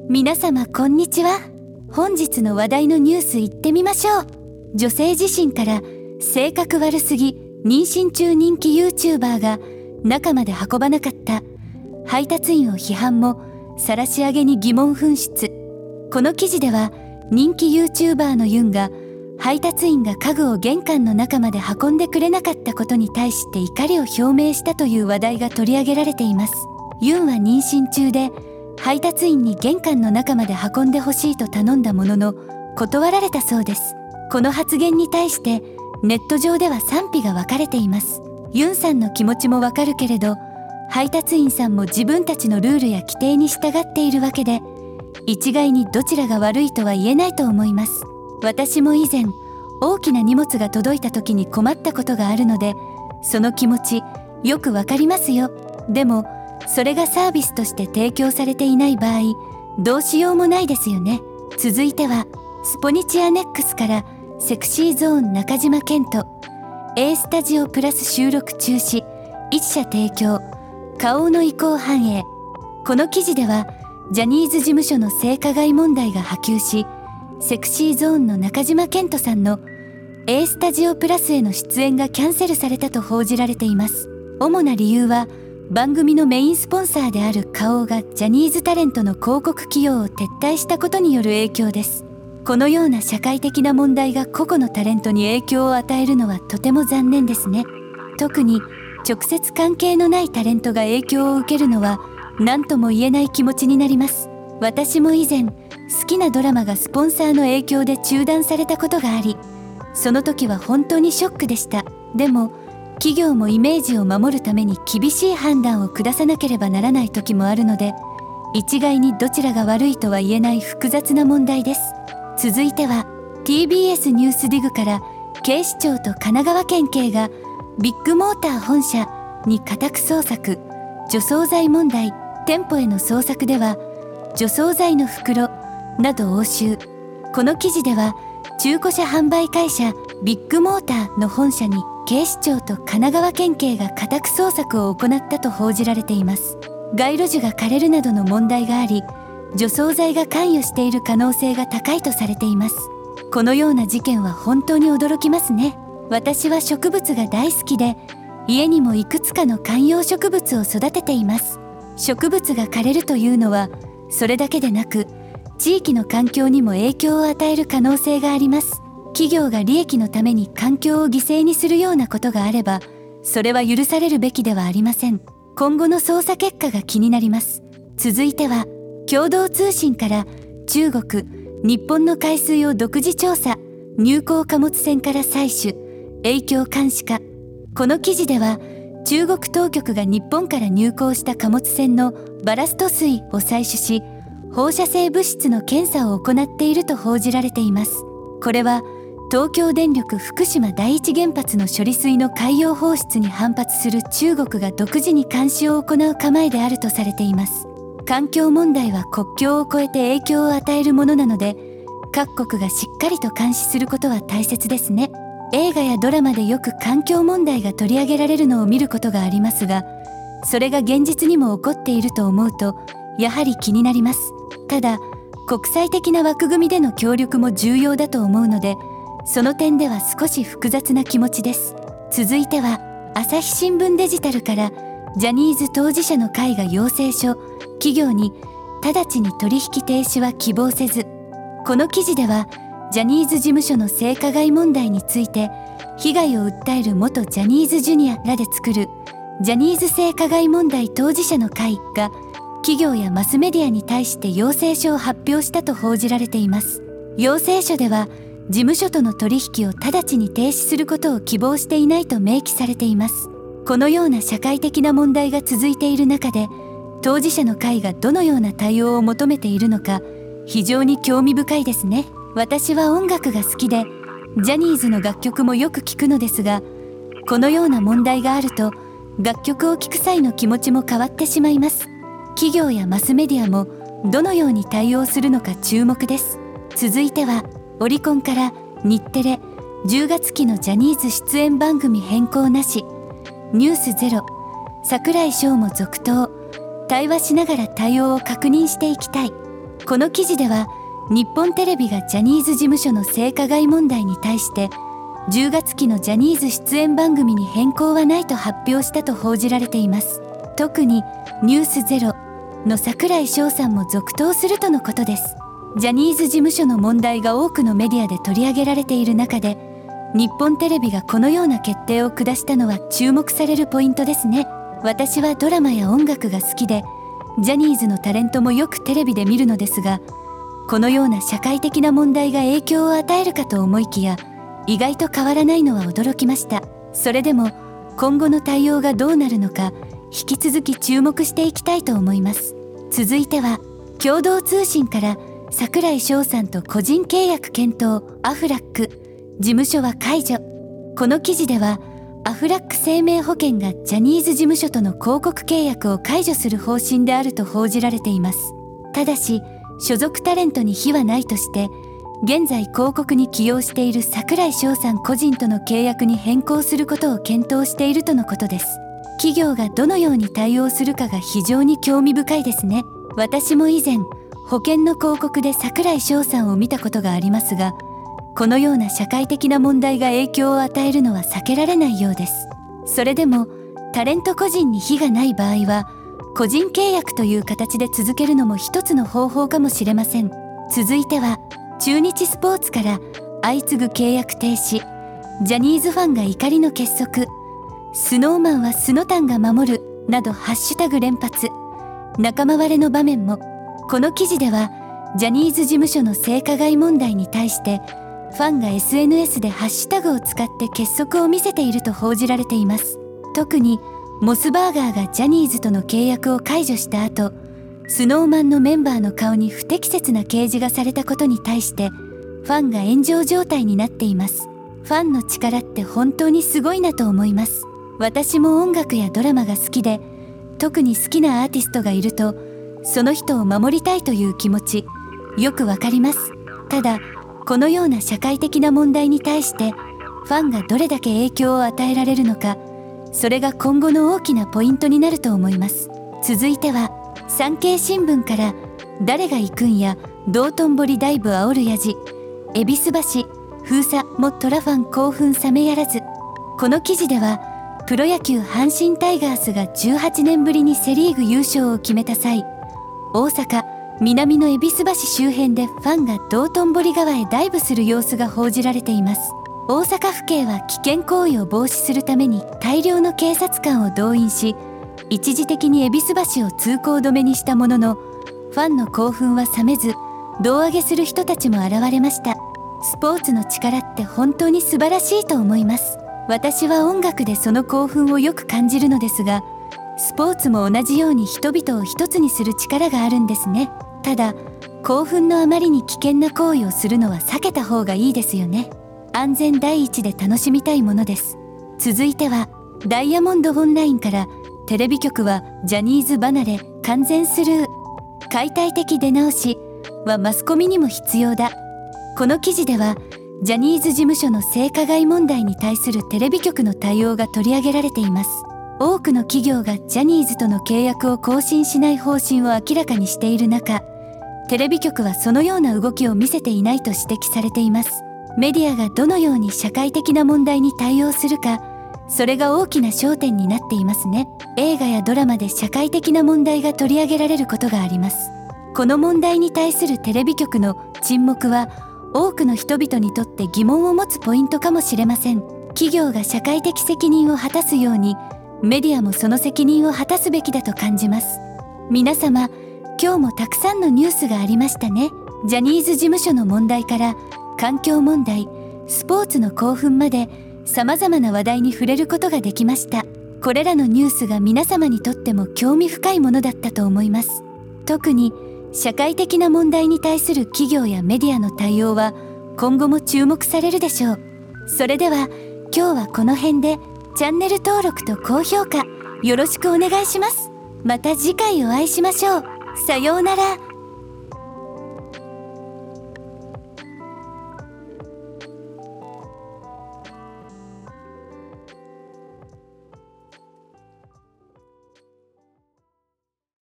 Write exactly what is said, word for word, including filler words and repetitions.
皆様こんにちは。本日の話題のニュースいってみましょう。女性自身から性格悪すぎ、妊娠中人気 YouTuber が中まで運ばなかった配達員を批判も晒し上げに疑問噴出。この記事では人気 YouTuber のユンが配達員が家具を玄関の中まで運んでくれなかったことに対して怒りを表明したという話題が取り上げられています。ユンは妊娠中で配達員に玄関の中まで運んでほしいと頼んだものの断られたそうです。この発言に対してネット上では賛否が分かれています。ユンさんの気持ちもわかるけれど、配達員さんも自分たちのルールや規定に従っているわけで、一概にどちらが悪いとは言えないと思います。私も以前大きな荷物が届いた時に困ったことがあるので、その気持ちよくわかりますよ。でもそれがサービスとして提供されていない場合、どうしようもないですよね。続いてはスポニチアネックスからセクシーゾーン中島健人 A スタジオプラス収録中止、一社提供花王の意向反映。この記事ではジャニーズ事務所の性加害問題が波及し、セクシーゾーンの中島健人さんの A スタジオプラスへの出演がキャンセルされたと報じられています。主な理由は番組のメインスポンサーである花王がジャニーズタレントの広告起用を撤退したことによる影響です。このような社会的な問題が個々のタレントに影響を与えるのはとても残念ですね。特に直接関係のないタレントが影響を受けるのは何とも言えない気持ちになります。私も以前好きなドラマがスポンサーの影響で中断されたことがあり、その時は本当にショックでした。でも企業もイメージを守るために厳しい判断を下さなければならない時もあるので、一概にどちらが悪いとは言えない複雑な問題です。続いては ティービーエス ニュースディグから警視庁と神奈川県警がビッグモーター本社に家宅捜索、除草剤問題。店舗への捜索では除草剤の袋など押収。この記事では中古車販売会社ビッグモーターの本社に警視庁と神奈川県警が家宅捜索を行ったと報じられています。街路樹が枯れるなどの問題があり、除草剤が関与している可能性が高いとされています。このような事件は本当に驚きますね。私は植物が大好きで、家にもいくつかの観葉植物を育てています。植物が枯れるというのはそれだけでなく、地域の環境にも影響を与える可能性があります。企業が利益のために環境を犠牲にするようなことがあれば、それは許されるべきではありません。今後の捜査結果が気になります。続いては共同通信から中国、日本の海水を独自調査、入港貨物船から採取、影響監視か。この記事では中国当局が日本から入港した貨物船のバラスト水を採取し、放射性物質の検査を行っていると報じられています。これは東京電力福島第一原発の処理水の海洋放出に反発する中国が独自に監視を行う構えであるとされています。環境問題は国境を越えて影響を与えるものなので、各国がしっかりと監視することは大切ですね。映画やドラマでよく環境問題が取り上げられるのを見ることがありますが、それが現実にも起こっていると思うとやはり気になります。ただ国際的な枠組みでの協力も重要だと思うので、その点では少し複雑な気持ちです。続いては朝日新聞デジタルからジャニーズ当事者の会が要請書、企業に直ちに取引停止は希望せず。この記事ではジャニーズ事務所の性加害問題について被害を訴える元ジャニーズジュニアらで作るジャニーズ性加害問題当事者の会が企業やマスメディアに対して要請書を発表したと報じられています。要請書では事務所との取引を直ちに停止することを希望していないと明記されています。このような社会的な問題が続いている中で、当事者の会がどのような対応を求めているのか非常に興味深いですね。私は音楽が好きでジャニーズの楽曲もよく聴くのですが、このような問題があると楽曲を聴く際の気持ちも変わってしまいます。企業やマスメディアもどのように対応するのか注目です。続いてはオリコンから日テレじゅうがつ期のジャニーズ出演番組変更なし、ニュースゼロ、櫻井翔も続投、対話しながら対応を確認していきたい。 この記事では日本テレビがジャニーズ事務所の性加害問題に対してじゅうがつ期のジャニーズ出演番組に変更はないと発表したと報じられています。特にニュースゼロの櫻井翔さんも続投するとのことです。ジャニーズ事務所の問題が多くのメディアで取り上げられている中で、日本テレビがこのような決定を下したのは注目されるポイントですね。私はドラマや音楽が好きで、ジャニーズのタレントもよくテレビで見るのですが、このような社会的な問題が影響を与えるかと思いきや、意外と変わらないのは驚きました。それでも今後の対応がどうなるのか、引き続き注目していきたいと思います。続いては共同通信から櫻井翔さんと個人契約検討、アフラック事務所は解除。この記事ではアフラック生命保険がジャニーズ事務所との広告契約を解除する方針であると報じられています。ただし所属タレントに非はないとして、現在広告に起用している櫻井翔さん個人との契約に変更することを検討しているとのことです。企業がどのように対応するかが非常に興味深いですね。私も以前保険の広告で櫻井翔さんを見たことがありますが、このような社会的な問題が影響を与えるのは避けられないようです。それでもタレント個人に非がない場合は個人契約という形で続けるのも一つの方法かもしれません。続いては中日スポーツから相次ぐ契約停止、ジャニーズファンが怒りの結束、スノーマンはスノタンが守るなどハッシュタグ連発、仲間割れの場面も。この記事ではジャニーズ事務所の性加害問題に対してファンが エスエヌエス でハッシュタグを使って結束を見せていると報じられています。特にモスバーガーがジャニーズとの契約を解除した後、スノーマンのメンバーの顔に不適切な掲示がされたことに対してファンが炎上状態になっています。ファンの力って本当にすごいなと思います。私も音楽やドラマが好きで、特に好きなアーティストがいるとその人を守りたいという気持ちよくわかります。ただこのような社会的な問題に対してファンがどれだけ影響を与えられるのか、それが今後の大きなポイントになると思います。続いては産経新聞から誰が行くんや道頓堀ダイブ煽るやじ、恵比寿橋封鎖もトラファン興奮冷めやらず。この記事ではプロ野球阪神タイガースがじゅうはちねんぶりにセリーグ優勝を決めた際、大阪南の恵比寿橋周辺でファンが道頓堀川へダイブする様子が報じられています。大阪府警は危険行為を防止するために大量の警察官を動員し、一時的に恵比寿橋を通行止めにしたものの、ファンの興奮は冷めず胴上げする人たちも現れました。スポーツの力って本当に素晴らしいと思います。私は音楽でその興奮をよく感じるのですが、スポーツも同じように人々を一つにする力があるんですね。ただ興奮のあまりに危険な行為をするのは避けた方がいいですよね。安全第一で楽しみたいものです。続いてはダイヤモンドオンラインからテレビ局はジャニーズ離れ完全スルー、解体的出直しはマスコミにも必要だ。この記事ではジャニーズ事務所の性加害問題に対するテレビ局の対応が取り上げられています。多くの企業がジャニーズとの契約を更新しない方針を明らかにしている中、テレビ局はそのような動きを見せていないと指摘されています。メディアがどのように社会的な問題に対応するか、それが大きな焦点になっていますね。映画やドラマで社会的な問題が取り上げられることがあります。この問題に対するテレビ局の沈黙は多くの人々にとって疑問を持つポイントかもしれません。企業が社会的責任を果たすように、メディアもその責任を果たすべきだと感じます。皆様、今日もたくさんのニュースがありましたね。ジャニーズ事務所の問題から環境問題、スポーツの興奮まで様々な話題に触れることができました。これらのニュースが皆様にとっても興味深いものだったと思います。特に社会的な問題に対する企業やメディアの対応は今後も注目されるでしょう。それでは今日はこの辺で、チャンネル登録と高評価よろしくお願いします。また次回お会いしましょう。さようなら。